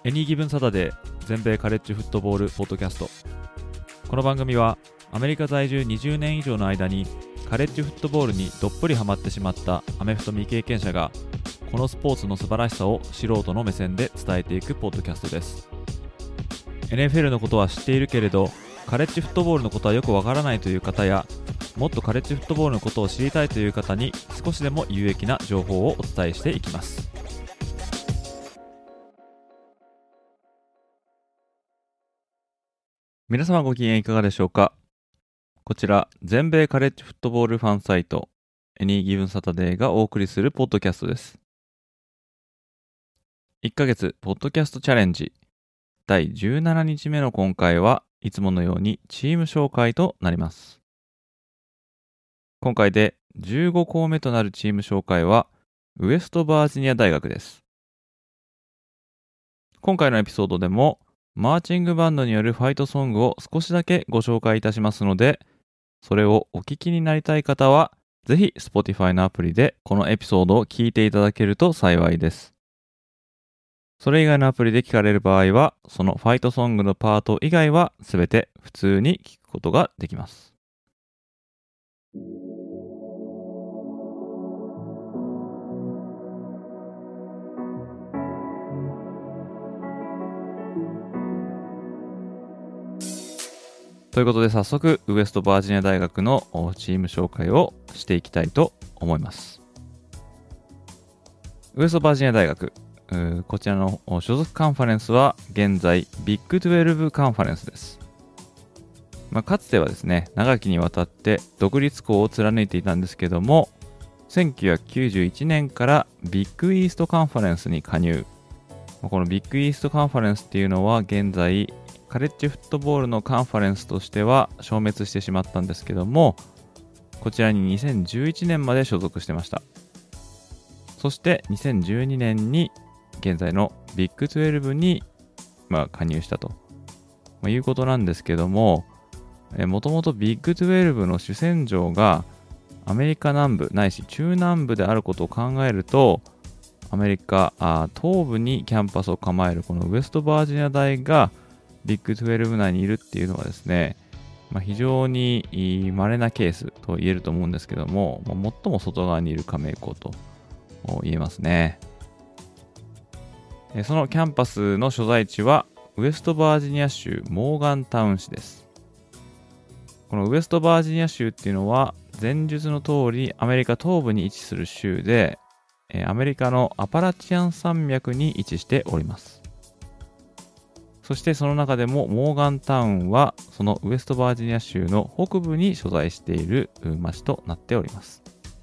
エニーギブンサタデー全米カレッジフットボールポッドキャスト。この番組はアメリカ在住20年以上の間にカレッジフットボールにどっぷりハマってしまったアメフト未経験者がこのスポーツの素晴らしさを素人の目線で伝えていくポッドキャストです。 NFL のことは知っているけれどカレッジフットボールのことはよくわからないという方や、もっとカレッジフットボールのことを知りたいという方に少しでも有益な情報をお伝えしていきます。皆様ご機嫌いかがでしょうか。こちら全米カレッジフットボールファンサイトエニーギブンサタデーがお送りするポッドキャストです。1ヶ月ポッドキャストチャレンジ第17日目の今回はいつものようにチーム紹介となります。今回で15校目となるチーム紹介はウェストバージニア大学です。今回のエピソードでもマーチングバンドによるファイトソングを少しだけご紹介いたしますので、それをお聞きになりたい方はぜひ Spotify のアプリでこのエピソードを聞いていただけると幸いです。それ以外のアプリで聞かれる場合は、そのファイトソングのパート以外はすべて普通に聞くことができます。ということで早速ウエストバージニア大学のチーム紹介をしていきたいと思います。ウエストバージニア大学、こちらの所属カンファレンスは現在ビッグ12カンファレンスです。かつてはですね、長きにわたって独立校を貫いていたんですけども、1991年からビッグイーストカンファレンスに加入。このビッグイーストカンファレンスっていうのは現在カレッジフットボールのカンファレンスとしては消滅してしまったんですけども、こちらに2011年まで所属してました。そして2012年に現在のビッグ12に加入したということなんですけども、もともとビッグ12の主戦場がアメリカ南部ないし中南部であることを考えると、アメリカ東部にキャンパスを構えるこのウエストバージニア大がビッグ12内にいるっていうのはですね、非常に稀なケースと言えると思うんですけども、最も外側にいる加盟校と言えますね。そのキャンパスの所在地はウエストバージニア州モーガンタウン市です。このウエストバージニア州っていうのは前述の通りアメリカ東部に位置する州で、アメリカのアパラチアン山脈に位置しております。そしてその中でもモーガンタウンはそのウエストバージニア州の北部に所在している町となっております。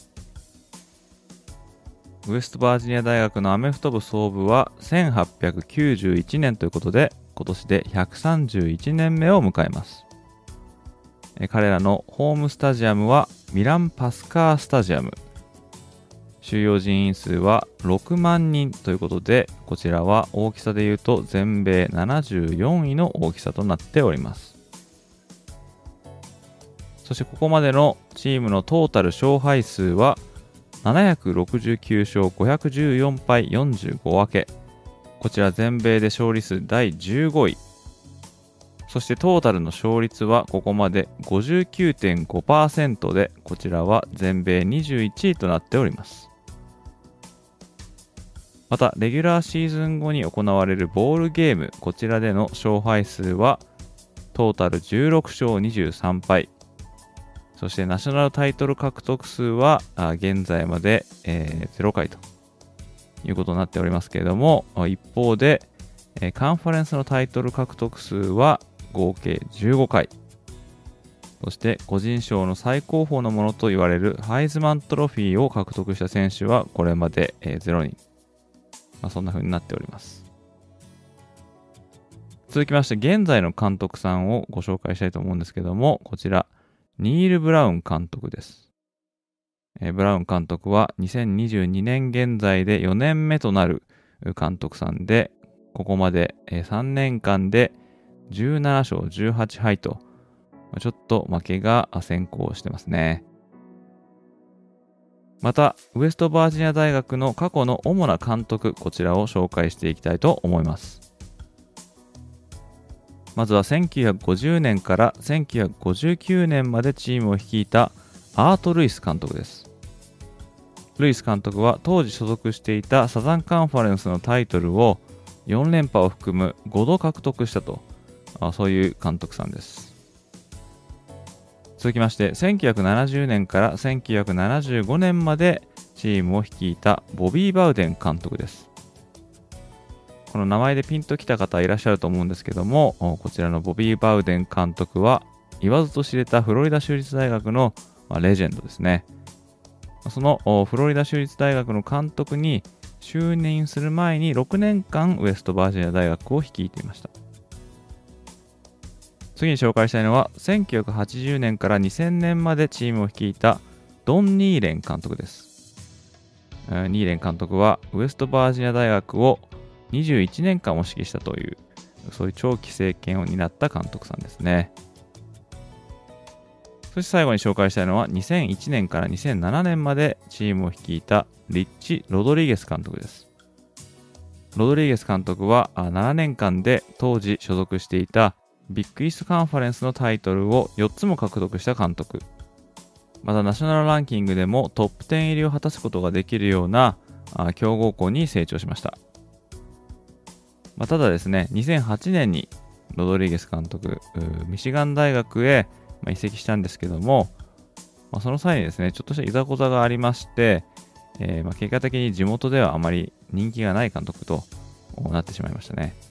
ウエストバージニア大学のアメフト部創部は1891年ということで、今年で131年目を迎えます。彼らのホームスタジアムはミランパスカースタジアム。収容人員数は6万人ということで、こちらは大きさでいうと全米74位の大きさとなっております。そしてここまでのチームのトータル勝敗数は769勝514敗45分け。こちら全米で勝利数第15位。そしてトータルの勝率はここまで 59.5% で、こちらは全米21位となっております。またレギュラーシーズン後に行われるボールゲーム、こちらでの勝敗数はトータル16勝23敗。そしてナショナルタイトル獲得数は現在まで、0回ということになっておりますけれども、一方でカンファレンスのタイトル獲得数は合計15回。そして個人賞の最高峰のものと言われるハイズマントロフィーを獲得した選手はこれまで0人。そんな風になっております。続きまして現在の監督さんをご紹介したいと思うんですけども、こちらニール・ブラウン監督です。ブラウン監督は2022年現在で4年目となる監督さんで、ここまで3年間で17勝18敗とちょっと負けが先行してますね。またウエストバージニア大学の過去の主な監督、こちらを紹介していきたいと思います。 まずは1950年から1959年までチームを率いたアート・ルイス監督です。ルイス監督は当時所属していたサザンカンファレンスのタイトルを4連覇を含む5度獲得したと、そういう監督さんです。続きまして1970年から1975年までチームを率いたボビー・バウデン監督です。この名前でピンときた方いらっしゃると思うんですけども、こちらのボビー・バウデン監督は言わずと知れたフロリダ州立大学のレジェンドですね。そのフロリダ州立大学の監督に就任する前に6年間ウェストバージニア大学を率いていました。次に紹介したいのは1980年から2000年までチームを率いたドン・ニーレン監督です。ニーレン監督はウェストバージニア大学を21年間も指揮したという、そういう長期政権を担った監督さんですね。そして最後に紹介したいのは2001年から2007年までチームを率いたリッチ・ロドリゲス監督です。ロドリゲス監督は7年間で当時所属していたビッグイーストカンファレンスのタイトルを4つも獲得した監督。またナショナルランキングでもトップ10入りを果たすことができるような強豪校に成長しました。ただですね、2008年にロドリゲス監督、ミシガン大学へ移籍したんですけども、その際にですね、ちょっとしたいざこざがありまして、結果的に地元ではあまり人気がない監督となってしまいましたね。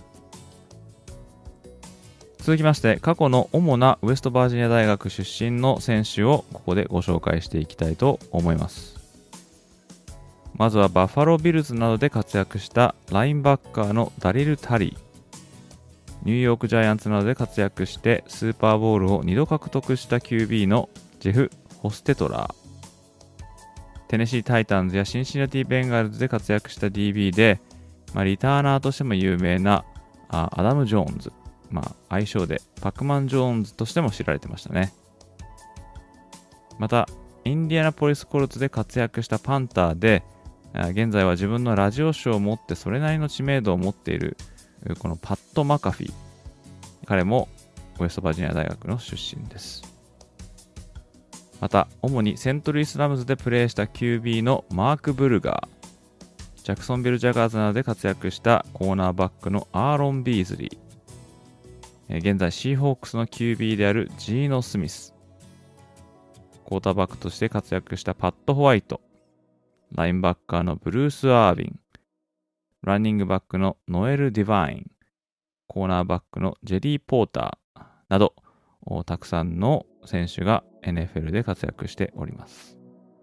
続きまして、過去の主なウェストバージニア大学出身の選手をここでご紹介していきたいと思います。まずはバッファロービルズなどで活躍したラインバッカーのダリル・タリー。ニューヨークジャイアンツなどで活躍してスーパーボウルを2度獲得した QB のジェフ・ホステトラー。テネシー・タイタンズやシンシナティ・ベンガルズで活躍した DB で、リターナーとしても有名なアダム・ジョーンズ。愛称でパクマン・ジョーンズとしても知られてましたね。また、インディアナポリス・コルツで活躍したパンターで、現在は自分のラジオショーを持ってそれなりの知名度を持っているこのパット・マカフィー。彼もウェストバージニア大学の出身です。また、主にセントルイスラムズでプレーした QB のマーク・ブルガー。ジャクソンビル・ジャガーズなどで活躍したコーナーバックのアーロン・ビーズリー。現在シーホークスの QB であるジーノ・スミス。クォーターバックとして活躍したパット・ホワイト。ラインバッカーのブルース・アービン。ランニングバックのノエル・ディバイン。コーナーバックのジェリー・ポーターなど、たくさんの選手が NFL で活躍しております。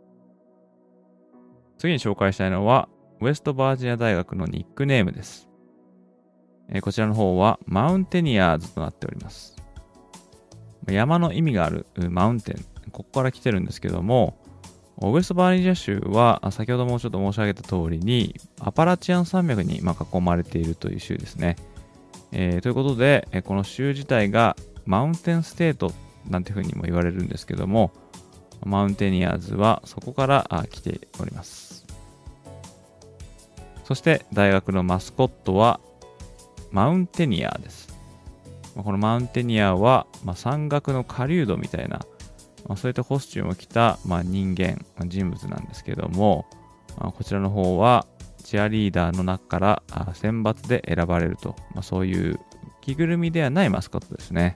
次に紹介したいのは、ウェストバージニア大学のニックネームです。こちらの方はマウンテニアーズとなっております。山の意味があるマウンテン、ここから来てるんですけども、ウェストバージニア州は先ほどもちょっと申し上げた通りにアパラチアン山脈に囲まれているという州ですね。ということで、この州自体がマウンテンステートなんていうふうにも言われるんですけども、マウンテニアーズはそこから来ております。そして大学のマスコットはマウンテニアです。このマウンテニアは、山岳の狩人みたいな、そういったコスチュームを着た、人間、人物なんですけども、こちらの方はチアリーダーの中から選抜で選ばれると、そういう着ぐるみではないマスコットですね。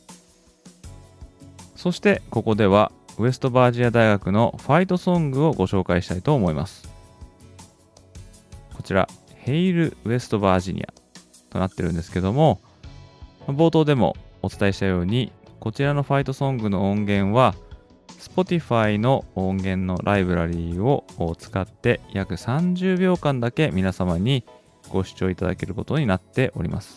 そしてここではウェストバージニア大学のファイトソングをご紹介したいと思います。こちら、ヘイル・ウェストバージニアとなってるんですけども、冒頭でもお伝えしたように、こちらのファイトソングの音源は Spotify の音源のライブラリーを使って約30秒間だけ皆様にご視聴いただけることになっております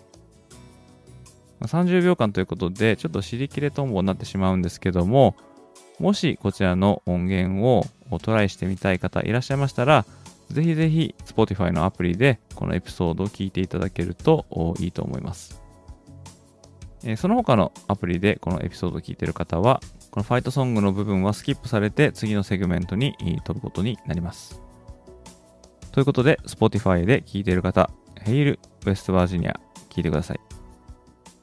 。30秒間ということでちょっと尻切れトンボになってしまうんですけども、もしこちらの音源をトライしてみたい方いらっしゃいましたら、ぜひぜひ Spotify のアプリでこのエピソードを聞いていただけるといいと思います。その他のアプリでこのエピソードを聞いている方は、このファイトソングの部分はスキップされて次のセグメントに飛ぶことになります。ということで、Spotify で聞いている方、ヘイル・ウェストバージニア聞いてください。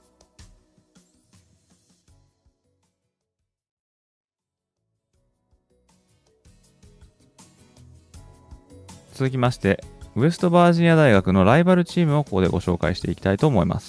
続きまして、ウェストバージニア大学のライバルチームをここでご紹介していきたいと思います。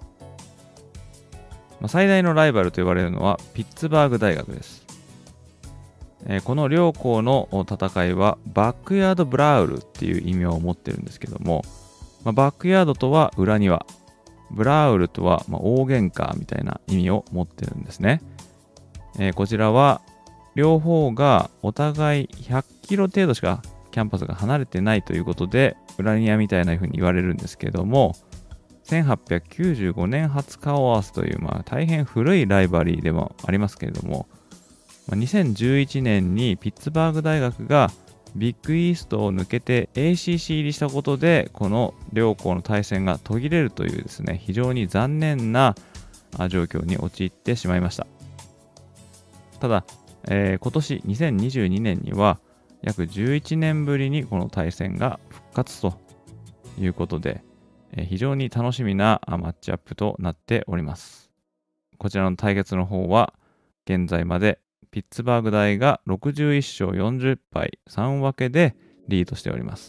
最大のライバルと呼ばれるのはピッツバーグ大学です。この両校の戦いはバックヤードブラウルっていう意味を持ってるんですけども、バックヤードとは裏庭、ブラウルとは大喧嘩みたいな意味を持ってるんですね。こちらは両方がお互い100キロ程度しかキャンパスが離れてないということで裏庭みたいな風に言われるんですけども、1895年初顔合わせという大変古いライバリーでもありますけれども、2011年にピッツバーグ大学がビッグイーストを抜けて ACC 入りしたことで、この両校の対戦が途切れるというですね、非常に残念な状況に陥ってしまいました。ただ、今年2022年には約11年ぶりにこの対戦が復活ということで、非常に楽しみなマッチアップとなっております。こちらの対決の方は現在までピッツバーグ大が61勝40敗3分けでリードしております。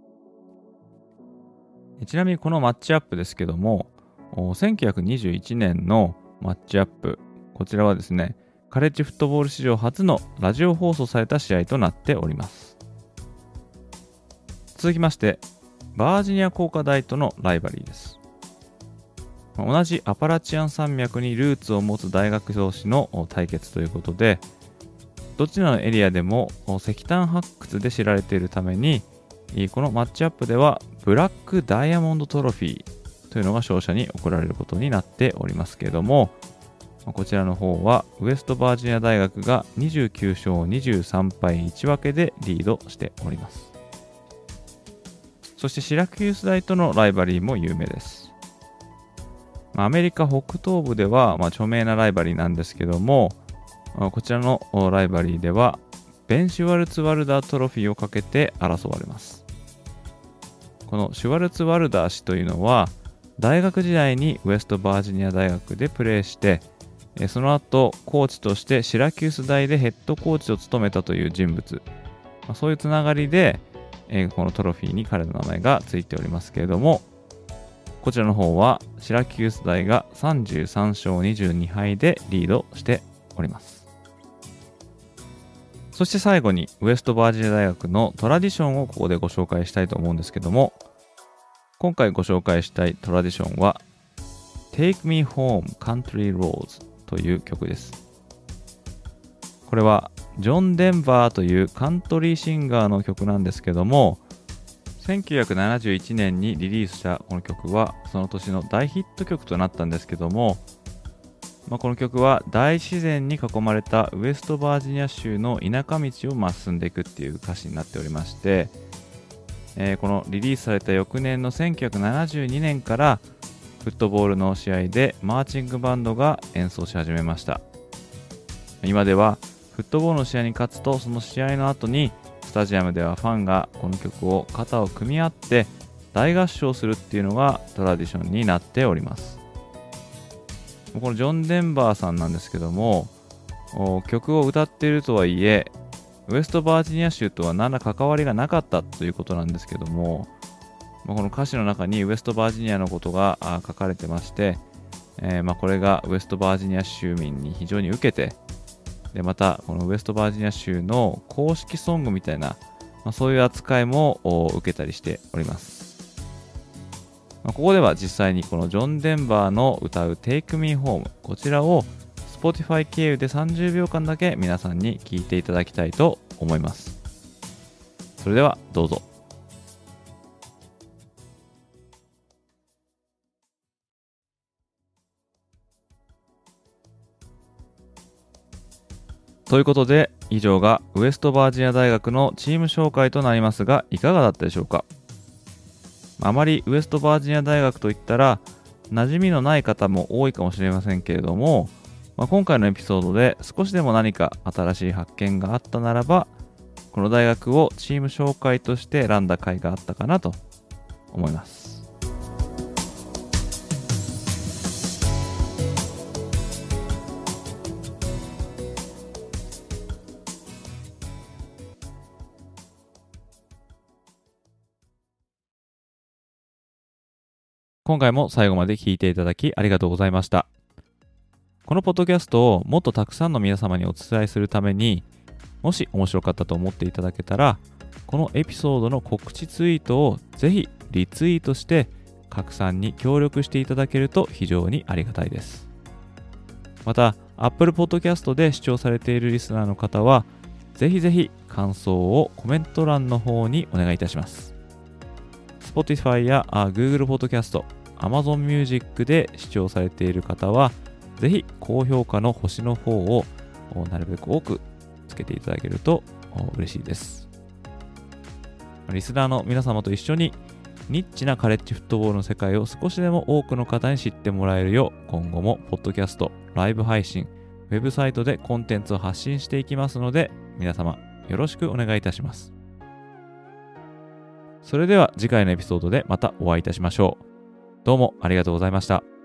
ちなみにこのマッチアップですけども、1921年のマッチアップ、こちらはですね、カレッジフットボール史上初のラジオ放送された試合となっております。続きまして、バージニア工科大とのライバリーです。同じアパラチアン山脈にルーツを持つ大学同士の対決ということで、どちらのエリアでも石炭発掘で知られているために、このマッチアップではブラックダイヤモンドトロフィーというのが勝者に贈られることになっておりますけれども、こちらの方はウェストバージニア大学が29勝23敗1分けでリードしております。そしてシラキュース大とのライバリーも有名です。アメリカ北東部では著名なライバリーなんですけども、こちらのライバリーではベン・シュワルツワルダートロフィーをかけて争われます。このシュワルツワルダー氏というのは大学時代にウェストバージニア大学でプレーして、その後コーチとしてシラキュース大でヘッドコーチを務めたという人物、そういうつながりで、このトロフィーに彼の名前がついておりますけれども、こちらの方はシラキュース大が33勝22敗でリードしております。そして最後にウェストバージニア大学のトラディションをここでご紹介したいと思うんですけども、今回ご紹介したいトラディションは Take Me Home Country Roads という曲です。これはジョン・デンバーというカントリーシンガーの曲なんですけども、1971年にリリースしたこの曲はその年の大ヒット曲となったんですけども、この曲は大自然に囲まれたウェストバージニア州の田舎道を進んでいくっていう歌詞になっておりまして、このリリースされた翌年の1972年からフットボールの試合でマーチングバンドが演奏し始めました。今ではフットボールの試合に勝つと、その試合の後にスタジアムではファンがこの曲を肩を組み合って大合唱するっていうのがトラディションになっております。このジョン・デンバーさんなんですけども、曲を歌っているとはいえウェストバージニア州とは何ら関わりがなかったということなんですけども、この歌詞の中にウェストバージニアのことが書かれてまして、これがウェストバージニア州民に非常に受けて、でまたこのウェストバージニア州の公式ソングみたいな、そういう扱いも受けたりしております。ここでは実際にこのジョン・デンバーの歌う Take Me Home、 こちらを Spotify 経由で30秒間だけ皆さんに聴いていただきたいと思います。それではどうぞ。ということで以上がウェストバージニア大学のチーム紹介となりますが、いかがだったでしょうか。あまりウェストバージニア大学といったら馴染みのない方も多いかもしれませんけれども、今回のエピソードで少しでも何か新しい発見があったならば、この大学をチーム紹介として選んだ回があったかなと思います。 今回も最後まで聞いていただきありがとうございました。このポッドキャストをもっとたくさんの皆様にお伝えするために、もし面白かったと思っていただけたら、このエピソードの告知ツイートをぜひリツイートして拡散に協力していただけると非常にありがたいです。また、Apple Podcast で視聴されているリスナーの方は、ぜひぜひ感想をコメント欄の方にお願いいたします。Spotify やGoogle Podcast、Amazon Music で視聴されている方は、ぜひ高評価の星の方をなるべく多くつけていただけると嬉しいです。リスナーの皆様と一緒にニッチなカレッジフットボールの世界を少しでも多くの方に知ってもらえるよう、今後もポッドキャスト、ライブ配信、ウェブサイトでコンテンツを発信していきますので、皆様よろしくお願いいたします。それでは次回のエピソードでまたお会いいたしましょう。どうもありがとうございました。